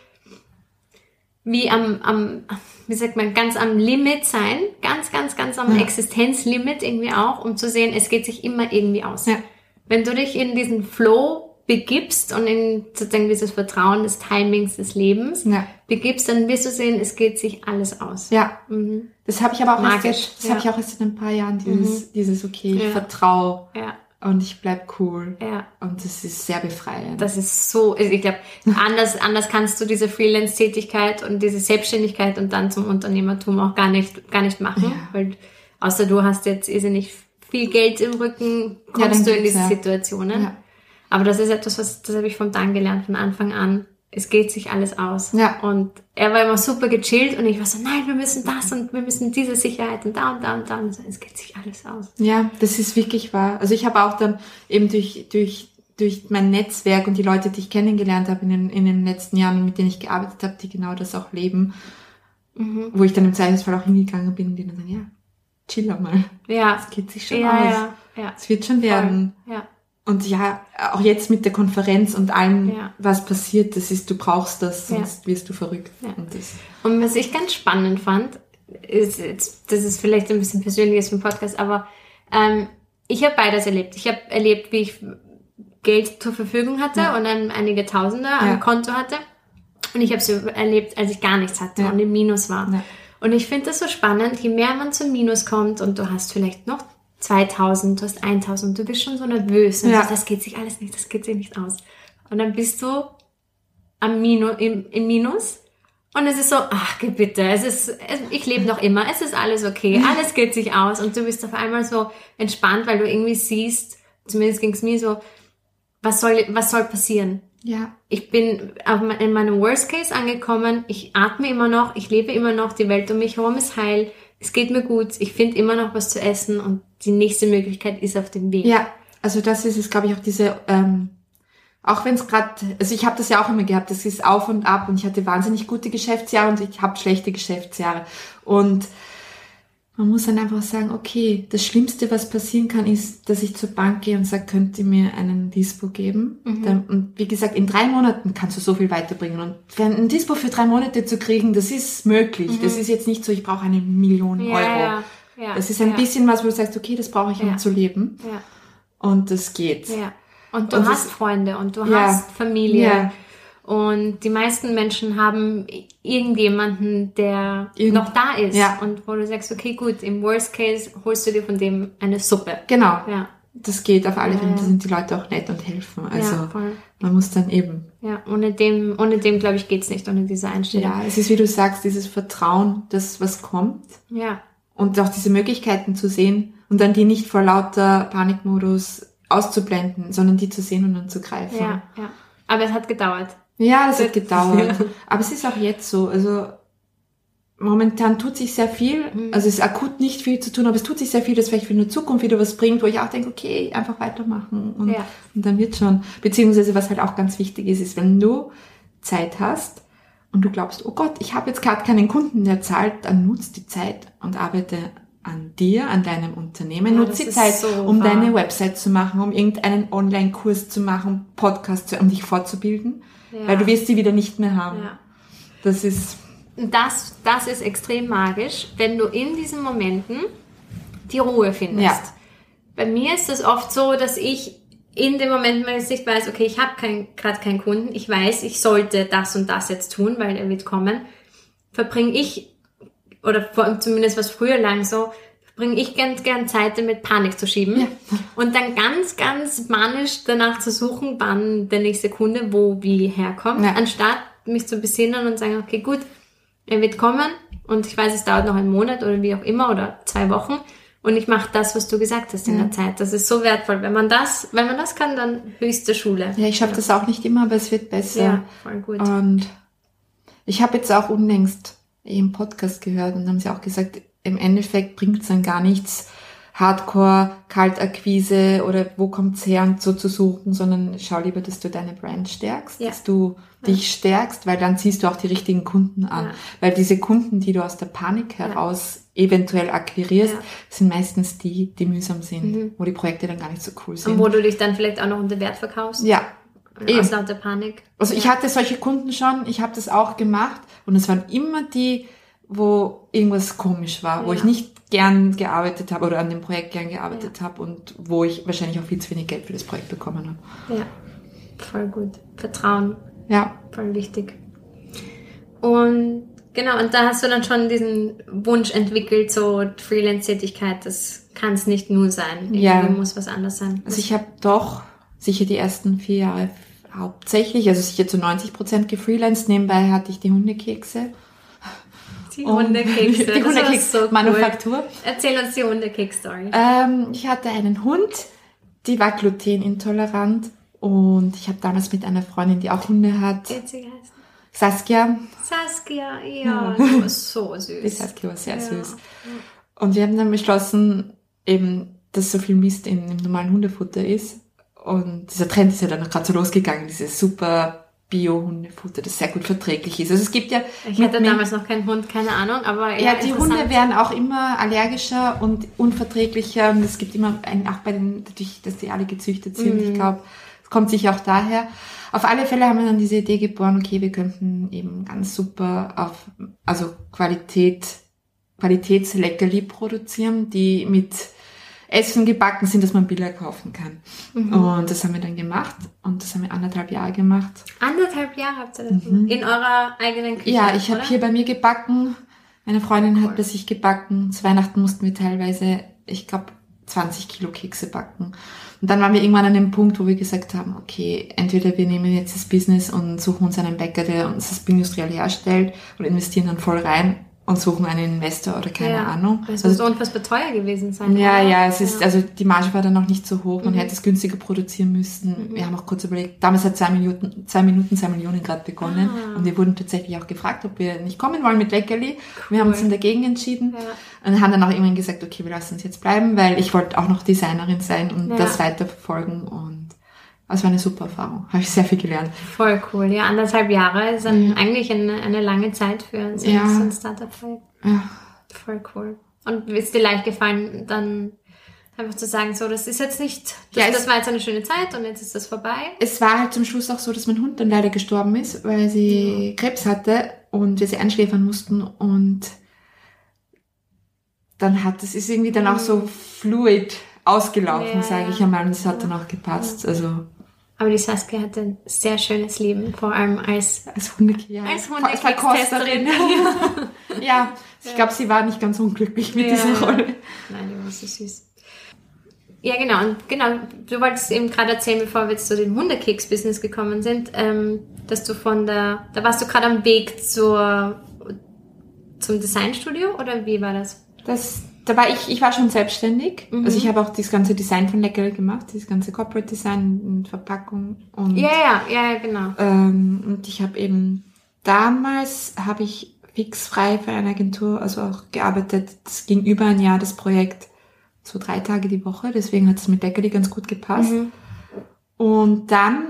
S2: wie wie sagt man, ganz am Limit sein, ganz am Existenzlimit irgendwie auch, um zu sehen, es geht sich immer irgendwie aus.
S1: Ja.
S2: Wenn du dich in diesen Flow begibst und in sozusagen dieses Vertrauen des Timings des Lebens begibst, dann wirst du sehen, es geht sich alles aus.
S1: Ja, das habe ich aber auch
S2: erst
S1: in ein paar Jahren, dieses okay, ich vertraue.
S2: Ja.
S1: Und ich bleib cool.
S2: Ja.
S1: Und das ist sehr befreiend.
S2: Das ist so, ich glaube, anders kannst du diese Freelance-Tätigkeit und diese Selbstständigkeit und dann zum Unternehmertum auch gar nicht machen. Ja. Weil, außer du hast jetzt nicht viel Geld im Rücken, kommst du in diese Situationen. Ja. Aber das ist etwas, das habe ich von Dan gelernt, von Anfang an. Es geht sich alles aus. Ja. Und er war immer super gechillt und ich war so, nein, wir müssen das und wir müssen diese Sicherheit und da und da und da. Und so, es geht sich alles aus.
S1: Ja, das ist wirklich wahr. Also ich habe auch dann eben durch mein Netzwerk und die Leute, die ich kennengelernt habe in den letzten Jahren, mit denen ich gearbeitet habe, die genau das auch leben, wo ich dann im Zweifelsfall auch hingegangen bin und die dann sagen, ja, chill mal. Ja. Es geht sich schon aus. Ja. Es wird schon werden. Ja. Und ja, auch jetzt mit der Konferenz und allem, was passiert, du brauchst das, sonst wirst du verrückt. Ja.
S2: Und was ich ganz spannend fand, ist jetzt, das ist vielleicht ein bisschen persönliches vom Podcast, aber ich habe beides erlebt. Ich habe erlebt, wie ich Geld zur Verfügung hatte und dann einige Tausende am Konto hatte. Und ich habe es erlebt, als ich gar nichts hatte und im Minus war. Ja. Und ich finde das so spannend, je mehr man zum Minus kommt und du hast vielleicht noch 2000, du hast 1000, du bist schon so nervös. Und das geht sich alles nicht, das geht sich nicht aus. Und dann bist du im Minus und es ist so, ach, geh bitte, ich lebe noch immer, es ist alles okay, alles geht sich aus und du bist auf einmal so entspannt, weil du irgendwie siehst, zumindest ging es mir so, was soll passieren? Ja. Ich bin in meinem Worst Case angekommen, ich atme immer noch, ich lebe immer noch, die Welt um mich herum ist heil, es geht mir gut, ich finde immer noch was zu essen und die nächste Möglichkeit ist auf dem Weg. Ja,
S1: also das ist es, glaube ich, auch diese, auch wenn es gerade, also ich habe das ja auch immer gehabt, das ist auf und ab und ich hatte wahnsinnig gute Geschäftsjahre und ich habe schlechte Geschäftsjahre und man muss dann einfach sagen, okay, das Schlimmste, was passieren kann, ist, dass ich zur Bank gehe und sage, könnt ihr mir einen Dispo geben? Und wie gesagt, in 3 Monaten kannst du so viel weiterbringen. Und ein Dispo für 3 Monate zu kriegen, das ist möglich. Das ist jetzt nicht so, ich brauche 1 Million Euro. Ja. Das ist ein bisschen was, wo du sagst, okay, das brauche ich, um zu leben. Ja. Und das geht.
S2: Ja. Und du hast Freunde und du hast Familie. Ja. Und die meisten Menschen haben irgendjemanden, der noch da ist. Ja. Und wo du sagst, okay, gut, im Worst Case holst du dir von dem eine Suppe.
S1: Genau. Ja. Das geht auf alle Fälle. Da sind die Leute auch nett und helfen. Also man muss dann eben.
S2: Ja, ohne dem glaube ich, geht's nicht, ohne diese Einstellung.
S1: Ja, es ist, wie du sagst, dieses Vertrauen, dass was kommt. Ja. Und auch diese Möglichkeiten zu sehen und dann die nicht vor lauter Panikmodus auszublenden, sondern die zu sehen und dann zu greifen.
S2: Ja. Aber es hat gedauert.
S1: Ja, das hat gedauert. Aber es ist auch jetzt so. Also momentan tut sich sehr viel. Also es ist akut nicht viel zu tun, aber es tut sich sehr viel, das vielleicht für eine Zukunft wieder was bringt, wo ich auch denke, okay, einfach weitermachen. Und dann wird schon. Beziehungsweise was halt auch ganz wichtig ist, wenn du Zeit hast und du glaubst, oh Gott, ich habe jetzt gerade keinen Kunden, der zahlt, dann nutzt die Zeit und arbeite an dir, an deinem Unternehmen. Nutze die Zeit, so um deine Website zu machen, um irgendeinen Online-Kurs zu machen, Podcast, um dich fortzubilden. Ja. Weil du wirst sie wieder nicht mehr haben. Ja. Das ist
S2: extrem magisch, wenn du in diesen Momenten die Ruhe findest. Ja. Bei mir ist es oft so, dass ich in dem Moment, wenn ich nicht weiß, okay, ich habe gerade keinen Kunden, ich weiß, ich sollte das und das jetzt tun, weil er wird kommen, verbringe ich, oder zumindest was früher lang so, bringe ich ganz gern Zeit damit, Panik zu schieben. Ja. Und dann ganz, ganz manisch danach zu suchen, wann der nächste Kunde wo wie herkommt, anstatt mich zu besinnen und sagen, okay, gut, er wird kommen und ich weiß, es dauert noch einen Monat oder wie auch immer oder 2 Wochen und ich mache das, was du gesagt hast in der Zeit. Das ist so wertvoll. Wenn man das kann, dann höchste Schule.
S1: Ja, ich schaffe das auch nicht immer, aber es wird besser.
S2: Ja, voll gut.
S1: Und ich habe jetzt auch unlängst im Podcast gehört und haben sie auch gesagt, im Endeffekt bringt es dann gar nichts, Hardcore, Kaltakquise oder wo kommt's her und so zu suchen, sondern schau lieber, dass du deine Brand stärkst, dass du dich stärkst, weil dann ziehst du auch die richtigen Kunden an. Ja. Weil diese Kunden, die du aus der Panik heraus eventuell akquirierst, sind meistens die mühsam sind, wo die Projekte dann gar nicht so cool sind.
S2: Und wo du dich dann vielleicht auch noch unter Wert verkaufst.
S1: Ja.
S2: Aus lauter Panik.
S1: Also ich hatte solche Kunden schon, ich habe das auch gemacht und es waren immer die, wo irgendwas komisch war, wo ich nicht gern gearbeitet habe oder an dem Projekt gern gearbeitet habe und wo ich wahrscheinlich auch viel zu wenig Geld für das Projekt bekommen habe.
S2: Ja, voll gut. Vertrauen.
S1: Ja.
S2: Voll wichtig. Und genau, und da hast du dann schon diesen Wunsch entwickelt, so Freelance-Tätigkeit, das kann es nicht nur sein. Irgendwie muss was anderes sein.
S1: Also ich habe doch sicher die ersten 4 Jahre hauptsächlich, also sicher zu 90% gefreelanced. Nebenbei hatte ich die Hundekekse.
S2: Die Hundekekse.
S1: Die Hundekeks-Manufaktur.
S2: Cool. Erzähl uns die Hundekeks-Story.
S1: Ich hatte einen Hund, die war glutenintolerant und ich habe damals mit einer Freundin, die auch Hunde hat.
S2: Wie heißt
S1: Saskia.
S2: Saskia, ja, die war so süß.
S1: Die Saskia war sehr süß. Und wir haben dann beschlossen, eben, dass so viel Mist im normalen Hundefutter ist. Und dieser Trend ist ja dann gerade so losgegangen, dieses super Bio-Hundefutter, das sehr gut verträglich ist. Also es gibt ja...
S2: Ich hatte damals noch keinen Hund, keine Ahnung, aber
S1: ja, die Hunde werden auch immer allergischer und unverträglicher und es gibt immer auch bei den, dadurch, dass die alle gezüchtet sind, ich glaube, es kommt sicher auch daher. Auf alle Fälle haben wir dann diese Idee geboren, okay, wir könnten eben ganz super Qualitätsleckerli produzieren, die mit Essen gebacken sind, dass man billiger kaufen kann. Und das haben wir dann gemacht und das haben wir 1,5 Jahre gemacht.
S2: 1,5 Jahre habt ihr das gemacht? In eurer eigenen Küche?
S1: Ja, ich habe hier bei mir gebacken. Meine Freundin hat bei sich gebacken. Zu Weihnachten mussten wir teilweise, ich glaube, 20 Kilo Kekse backen. Und dann waren wir irgendwann an dem Punkt, wo wir gesagt haben, okay, entweder wir nehmen jetzt das Business und suchen uns einen Bäcker, der uns das industriell herstellt und investieren dann voll rein und suchen einen Investor oder keine Ahnung.
S2: Es muss unfassbar teuer gewesen sein.
S1: Ja, es ist, also die Marge war dann noch nicht so hoch, man hätte es günstiger produzieren müssen. Wir haben auch kurz überlegt, damals hat 2 Millionen gerade begonnen und wir wurden tatsächlich auch gefragt, ob wir nicht kommen wollen mit Leckerli. Wir haben uns dann dagegen entschieden und haben dann auch irgendwann gesagt, okay, wir lassen uns jetzt bleiben, weil ich wollte auch noch Designerin sein und das weiterverfolgen und es war eine super Erfahrung. Habe ich sehr viel gelernt.
S2: Voll cool. Ja, 1,5 Jahre ist dann eigentlich eine lange Zeit für so ein Startup-Projekt. Ja. Voll cool. Und ist dir leicht gefallen, dann einfach zu sagen, so, das ist jetzt nicht, das war jetzt eine schöne Zeit und jetzt ist das vorbei? Es war halt zum Schluss auch so, dass mein Hund dann leider gestorben ist, weil sie Krebs hatte und wir sie einschläfern mussten und dann es ist irgendwie dann auch so fluid ausgelaufen, sage ich einmal, und es hat dann auch gepasst, also. Aber die Saskia hatte ein sehr schönes Leben, vor allem als
S1: Hundekekstesterin. Ja, ich glaube, sie war nicht ganz unglücklich mit dieser Rolle.
S2: Nein, die war so süß. Ja, genau. Und genau, du wolltest eben gerade erzählen, bevor wir jetzt zu dem Hundekeks-Business gekommen sind, dass du da warst du gerade am Weg zum Designstudio, oder wie war das?
S1: Da war ich war schon selbstständig. Also ich habe auch das ganze Design von Leckerli gemacht, das ganze Corporate Design und Verpackung. Und,
S2: ja, genau.
S1: Und ich habe damals fix frei für eine Agentur, also auch gearbeitet. Das ging über ein Jahr, das Projekt, so 3 Tage die Woche. Deswegen hat es mit Leckerli ganz gut gepasst. Und dann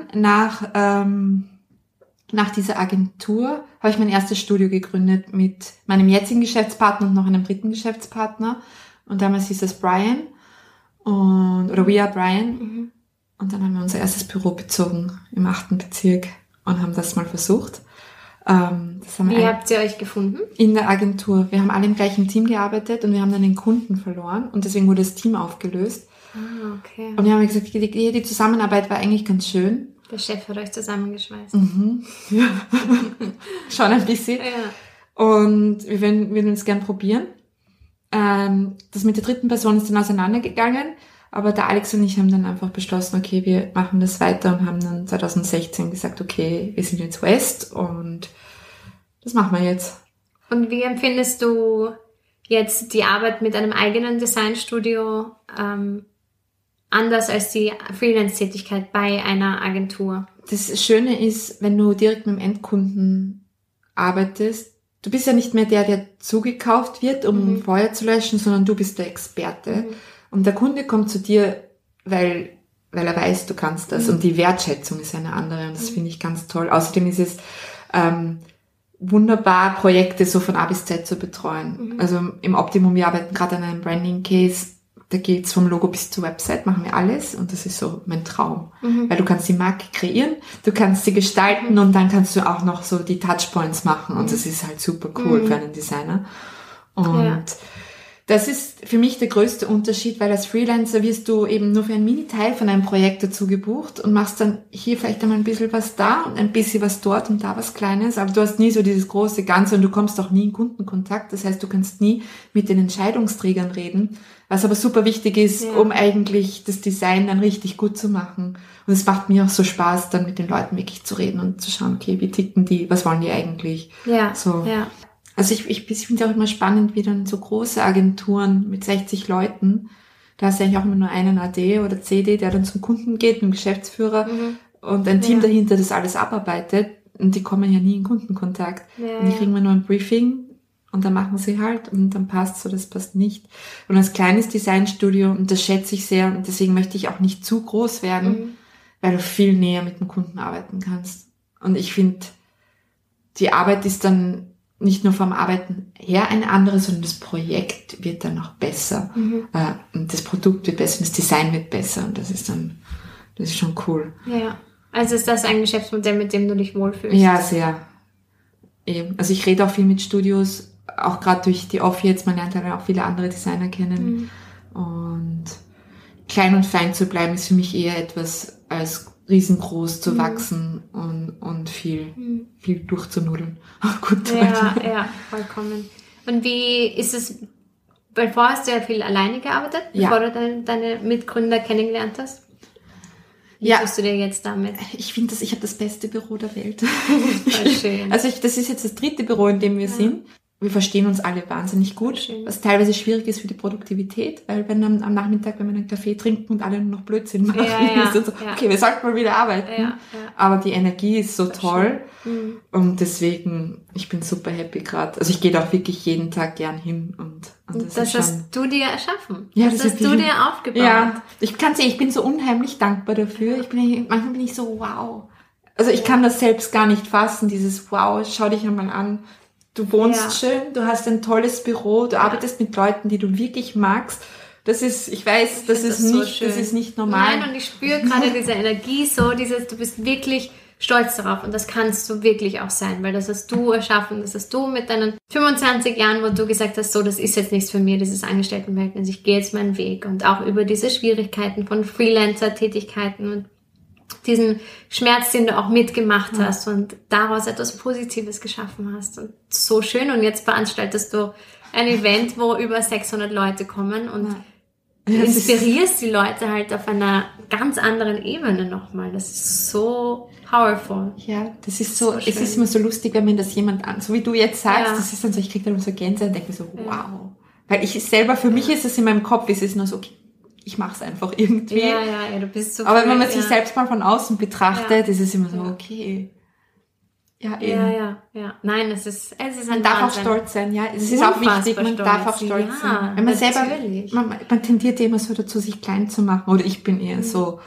S1: nach dieser Agentur habe ich mein erstes Studio gegründet mit meinem jetzigen Geschäftspartner und noch einem dritten Geschäftspartner. Und damals hieß es Brian oder We Are Brian. Und dann haben wir unser erstes Büro bezogen im 8. Bezirk und haben das mal versucht.
S2: Wie habt ihr euch gefunden?
S1: In der Agentur. Wir haben alle im gleichen Team gearbeitet und wir haben dann den Kunden verloren und deswegen wurde das Team aufgelöst.
S2: Okay.
S1: Und wir haben gesagt, die Zusammenarbeit war eigentlich ganz schön.
S2: Der Chef hat euch zusammengeschweißt.
S1: Ja. Schon ein bisschen. Ja. Und wir würden uns gern probieren. Das mit der dritten Person ist dann auseinandergegangen, aber der Alex und ich haben dann einfach beschlossen, okay, wir machen das weiter und haben dann 2016 gesagt, okay, wir sind jetzt West und das machen wir jetzt.
S2: Und wie empfindest du jetzt die Arbeit mit einem eigenen Designstudio anders als die Freelance-Tätigkeit bei einer Agentur?
S1: Das Schöne ist, wenn du direkt mit dem Endkunden arbeitest, du bist ja nicht mehr der zugekauft wird, um Feuer zu löschen, sondern du bist der Experte. Und der Kunde kommt zu dir, weil er weiß, du kannst das. Und die Wertschätzung ist eine andere und das finde ich ganz toll. Außerdem ist es wunderbar, Projekte so von A bis Z zu betreuen. Also im Optimum, wir arbeiten gerade an einem Branding-Case, da geht's vom Logo bis zur Website, machen wir alles und das ist so mein Traum. Weil du kannst die Marke kreieren, du kannst sie gestalten und dann kannst du auch noch so die Touchpoints machen und das ist halt super cool für einen Designer. Und das ist für mich der größte Unterschied, weil als Freelancer wirst du eben nur für einen Mini-Teil von einem Projekt dazu gebucht und machst dann hier vielleicht einmal ein bisschen was da und ein bisschen was dort und da was Kleines, aber du hast nie so dieses große Ganze und du kommst auch nie in Kundenkontakt, das heißt, du kannst nie mit den Entscheidungsträgern reden, was aber super wichtig ist, um eigentlich das Design dann richtig gut zu machen. Und es macht mir auch so Spaß, dann mit den Leuten wirklich zu reden und zu schauen, okay, wie ticken die, was wollen die eigentlich? Also ich finde es auch immer spannend, wie dann so große Agenturen mit 60 Leuten, da hast du eigentlich auch immer nur einen AD oder CD, der dann zum Kunden geht, einem Geschäftsführer und ein Team dahinter, das alles abarbeitet und die kommen ja nie in Kundenkontakt. Und die kriegen wir nur ein Briefing und dann machen sie halt und dann passt so, das passt nicht. Und als kleines Designstudio, und das schätze ich sehr und deswegen möchte ich auch nicht zu groß werden, weil du viel näher mit dem Kunden arbeiten kannst. Und ich finde, die Arbeit ist dann nicht nur vom Arbeiten her eine andere, sondern das Projekt wird dann noch besser. Und das Produkt wird besser, das Design wird besser und das ist schon cool.
S2: Ja, also ist das ein Geschäftsmodell, mit dem du dich wohlfühlst?
S1: Ja, sehr. Eben. Also ich rede auch viel mit Studios, auch gerade durch die Off jetzt, man lernt halt auch viele andere Designer kennen. Und klein und fein zu bleiben ist für mich eher etwas als riesengroß zu wachsen und viel durchzunudeln. Gut.
S2: Ja, vollkommen. Und wie ist es, weil vorher hast du ja viel alleine gearbeitet, bevor du deine Mitgründer kennengelernt hast? Wie tust du dir jetzt damit?
S1: Ich finde, ich habe das beste Büro der Welt.
S2: Voll schön.
S1: Also das ist jetzt das 3. Büro, in dem wir sind. Wir verstehen uns alle wahnsinnig gut, was teilweise schwierig ist für die Produktivität, weil wenn am Nachmittag, wenn wir einen Kaffee trinken und alle nur noch Blödsinn machen, ist dann so, okay, wir sollten mal wieder arbeiten. Aber die Energie ist so toll und deswegen, ich bin super happy gerade. Also ich gehe da auch wirklich jeden Tag gern hin und
S2: das hast du dir erschaffen.
S1: Ja,
S2: das hast du dir aufgebaut.
S1: Ja, ich kann sehen, ich bin so unheimlich dankbar dafür. Manchmal bin ich so, wow. Also ich kann das selbst gar nicht fassen, dieses wow, schau dich einmal an. Du wohnst schön, du hast ein tolles Büro, du arbeitest mit Leuten, die du wirklich magst. Das ist, ich weiß, das ist nicht normal.
S2: Nein, und ich spüre gerade diese Energie so, du bist wirklich stolz darauf und das kannst du wirklich auch sein, weil das hast du erschaffen, das hast du mit deinen 25 Jahren, wo du gesagt hast, so, das ist jetzt nichts für mir, dieses Angestelltenverhältnis, ich gehe jetzt meinen Weg und auch über diese Schwierigkeiten von Freelancer-Tätigkeiten und diesen Schmerz, den du auch mitgemacht hast und daraus etwas Positives geschaffen hast. Und so schön. Und jetzt veranstaltest du ein Event, wo über 600 Leute kommen und inspirierst die Leute halt auf einer ganz anderen Ebene nochmal. Das ist so powerful.
S1: Ja, das ist so es ist immer so lustig, wenn man das jemand so wie du jetzt sagst, das ist dann so, ich kriege dann immer so Gänsehaut und denke mir so, wow. Weil ich selber, für mich ist es in meinem Kopf, es ist nur so, okay, ich mache es einfach irgendwie.
S2: Ja, du bist so.
S1: Aber wenn man sich selbst mal von außen betrachtet, ist es immer so, okay. Ja, eben.
S2: Ja. Nein, es ist ein
S1: Man darf auch stolz sein, ja. Es ist auch wichtig, man darf auch stolz sein. Wenn man selber, man tendiert immer so dazu, sich klein zu machen. Oder ich bin eher so,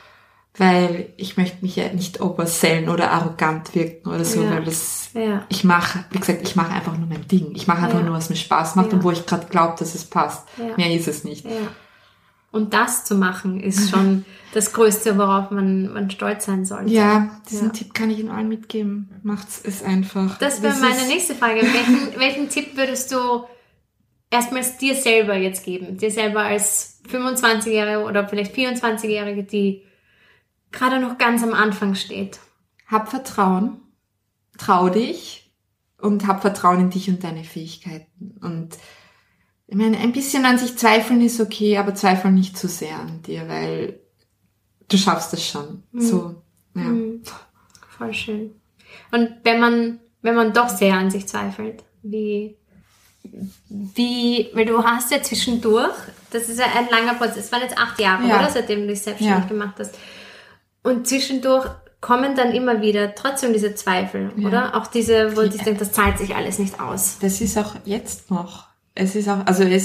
S1: weil ich möchte mich ja nicht oversellen oder arrogant wirken oder so, weil ich mache einfach nur mein Ding. Ich mache einfach nur, was mir Spaß macht und wo ich gerade glaube, dass es passt. Mehr ist es nicht.
S2: Ja. Und das zu machen, ist schon das Größte, worauf man stolz sein sollte.
S1: Ja, diesen Tipp kann ich Ihnen allen mitgeben. Macht's es einfach.
S2: Das wäre meine nächste Frage. Welchen Tipp würdest du erstmals dir selber jetzt geben? Dir selber als 25-Jährige oder vielleicht 24-Jährige, die gerade noch ganz am Anfang steht?
S1: Hab Vertrauen, trau dich und hab Vertrauen in dich und deine Fähigkeiten. Und Ich meine, ein bisschen an sich zweifeln ist okay, aber zweifeln nicht zu sehr an dir, weil du schaffst das schon. So, ja.
S2: Voll schön. Und wenn man doch sehr an sich zweifelt, wie, weil du hast ja zwischendurch, das ist ja ein langer Prozess, es waren jetzt 8 Jahre, oder? Seitdem du dich selbstständig gemacht hast. Und zwischendurch kommen dann immer wieder trotzdem diese Zweifel, oder? Auch diese, wo du denkst, das zahlt sich alles nicht aus.
S1: Das ist auch jetzt noch. Es ist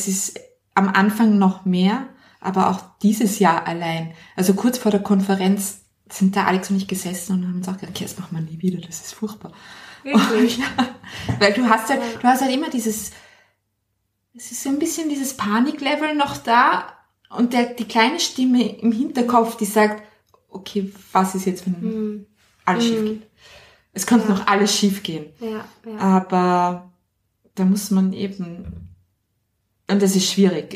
S1: am Anfang noch mehr, aber auch dieses Jahr allein. Also kurz vor der Konferenz sind da Alex und ich gesessen und haben gesagt, okay, das machen wir nie wieder, das ist furchtbar.
S2: Wirklich?
S1: Weil du hast halt immer es ist so ein bisschen dieses Paniklevel noch da und die kleine Stimme im Hinterkopf, die sagt, okay, was ist jetzt, wenn alles schief geht? Es könnte noch alles schief gehen.
S2: Ja.
S1: Aber da muss man eben, und das ist schwierig,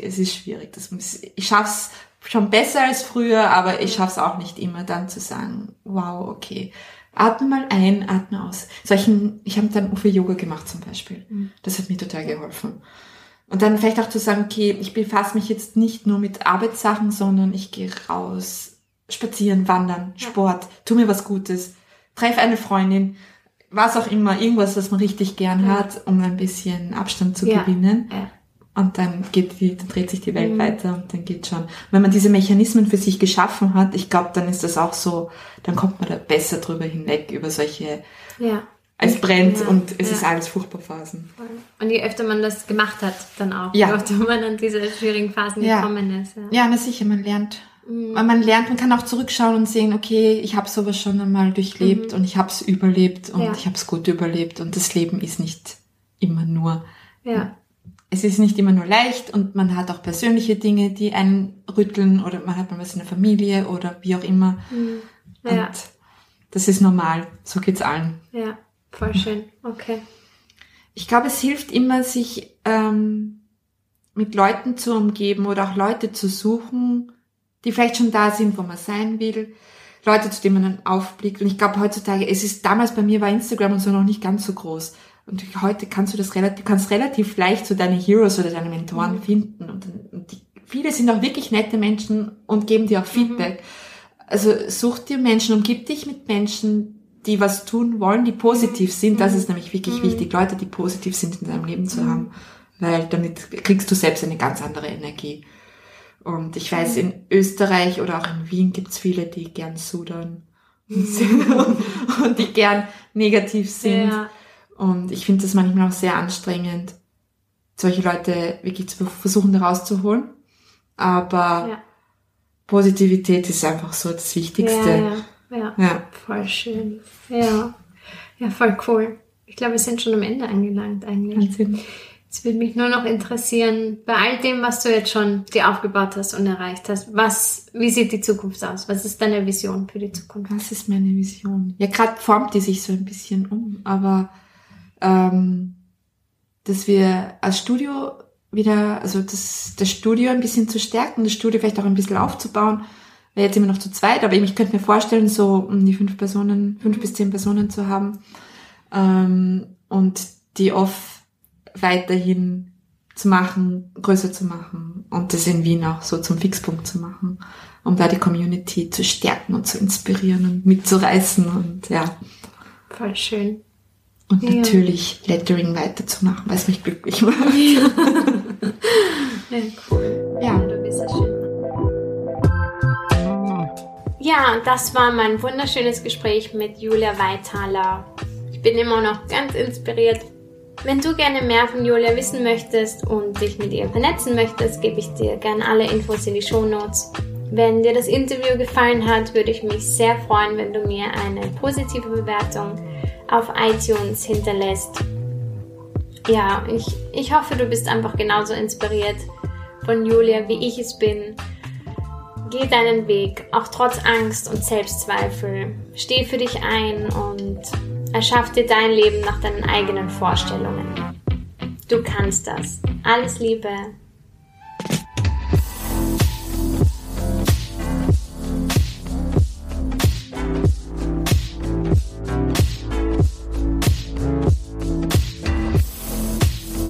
S1: ich schaff's schon besser als früher, aber ich schaff's auch nicht immer dann zu sagen, wow, okay, atme mal ein, atme aus. Ich habe dann Ufe-Yoga gemacht zum Beispiel. Das hat mir total geholfen. Und dann vielleicht auch zu sagen, okay, ich befasse mich jetzt nicht nur mit Arbeitssachen, sondern ich gehe raus, spazieren, wandern, Sport, tu mir was Gutes, treffe eine Freundin, was auch immer, irgendwas, was man richtig gern hat, um ein bisschen Abstand zu gewinnen. Ja. Und dann dreht sich die Welt weiter und dann geht schon. Wenn man diese Mechanismen für sich geschaffen hat, ich glaube, dann ist das auch so, dann kommt man da besser drüber hinweg, über solche, es brennt und es ist alles furchtbar Phasen.
S2: Und je öfter man das gemacht hat, dann auch, je öfter man an diese schwierigen Phasen gekommen ist.
S1: Ja, na sicher, man lernt. Man kann auch zurückschauen und sehen, okay, ich habe sowas schon einmal durchlebt und ich habe es überlebt und ich habe es gut überlebt und das Leben ist nicht immer nur... Es ist nicht immer nur leicht und man hat auch persönliche Dinge, die einen rütteln oder man hat mal was in der Familie oder wie auch immer. Und das ist normal. So geht's allen.
S2: Ja, voll schön. Okay.
S1: Ich glaube, es hilft immer, sich mit Leuten zu umgeben oder auch Leute zu suchen, die vielleicht schon da sind, wo man sein will. Leute, zu denen man dann aufblickt. Und ich glaube, heutzutage, damals bei mir war Instagram und so noch nicht ganz so groß. Und heute kannst du kannst relativ leicht so deine Heroes oder deine Mentoren finden. Und viele sind auch wirklich nette Menschen und geben dir auch Feedback. Also such dir Menschen, umgib dich mit Menschen, die was tun wollen, die positiv sind. Das ist nämlich wirklich wichtig, Leute, die positiv sind in deinem Leben zu haben. Weil damit kriegst du selbst eine ganz andere Energie. Und ich weiß, in Österreich oder auch in Wien gibt's viele, die gern sudern und die gern negativ sind. Ja. Und ich finde das manchmal auch sehr anstrengend, solche Leute wirklich zu versuchen, da rauszuholen. Aber Positivität ist einfach so das Wichtigste.
S2: Ja. Voll schön. Ja, voll cool. Ich glaube, wir sind schon am Ende angelangt eigentlich.
S1: Wahnsinn.
S2: Jetzt würde mich nur noch interessieren, bei all dem, was du jetzt schon dir aufgebaut hast und erreicht hast, wie sieht die Zukunft aus? Was ist deine Vision für die Zukunft?
S1: Was ist meine Vision? Ja, gerade formt die sich so ein bisschen um, aber dass wir als Studio wieder, also das Studio ein bisschen zu stärken, das Studio vielleicht auch ein bisschen aufzubauen, wäre jetzt immer noch zu zweit, aber ich könnte mir vorstellen, so um die 5 bis 10 Personen zu haben und die Off weiterhin zu machen, größer zu machen und das in Wien auch so zum Fixpunkt zu machen, um da die Community zu stärken und zu inspirieren und mitzureißen und
S2: Voll schön.
S1: Und natürlich Lettering weiterzumachen, weil es mich glücklich macht.
S2: Cool. Ja, du bist ja schön. Ja, das war mein wunderschönes Gespräch mit Julia Weithaler. Ich bin immer noch ganz inspiriert. Wenn du gerne mehr von Julia wissen möchtest und dich mit ihr vernetzen möchtest, gebe ich dir gerne alle Infos in die Shownotes. Wenn dir das Interview gefallen hat, würde ich mich sehr freuen, wenn du mir eine positive Bewertung auf iTunes hinterlässt. Ja, ich hoffe, du bist einfach genauso inspiriert von Julia, wie ich es bin. Geh deinen Weg, auch trotz Angst und Selbstzweifel. Steh für dich ein und erschaff dir dein Leben nach deinen eigenen Vorstellungen. Du kannst das. Alles Liebe.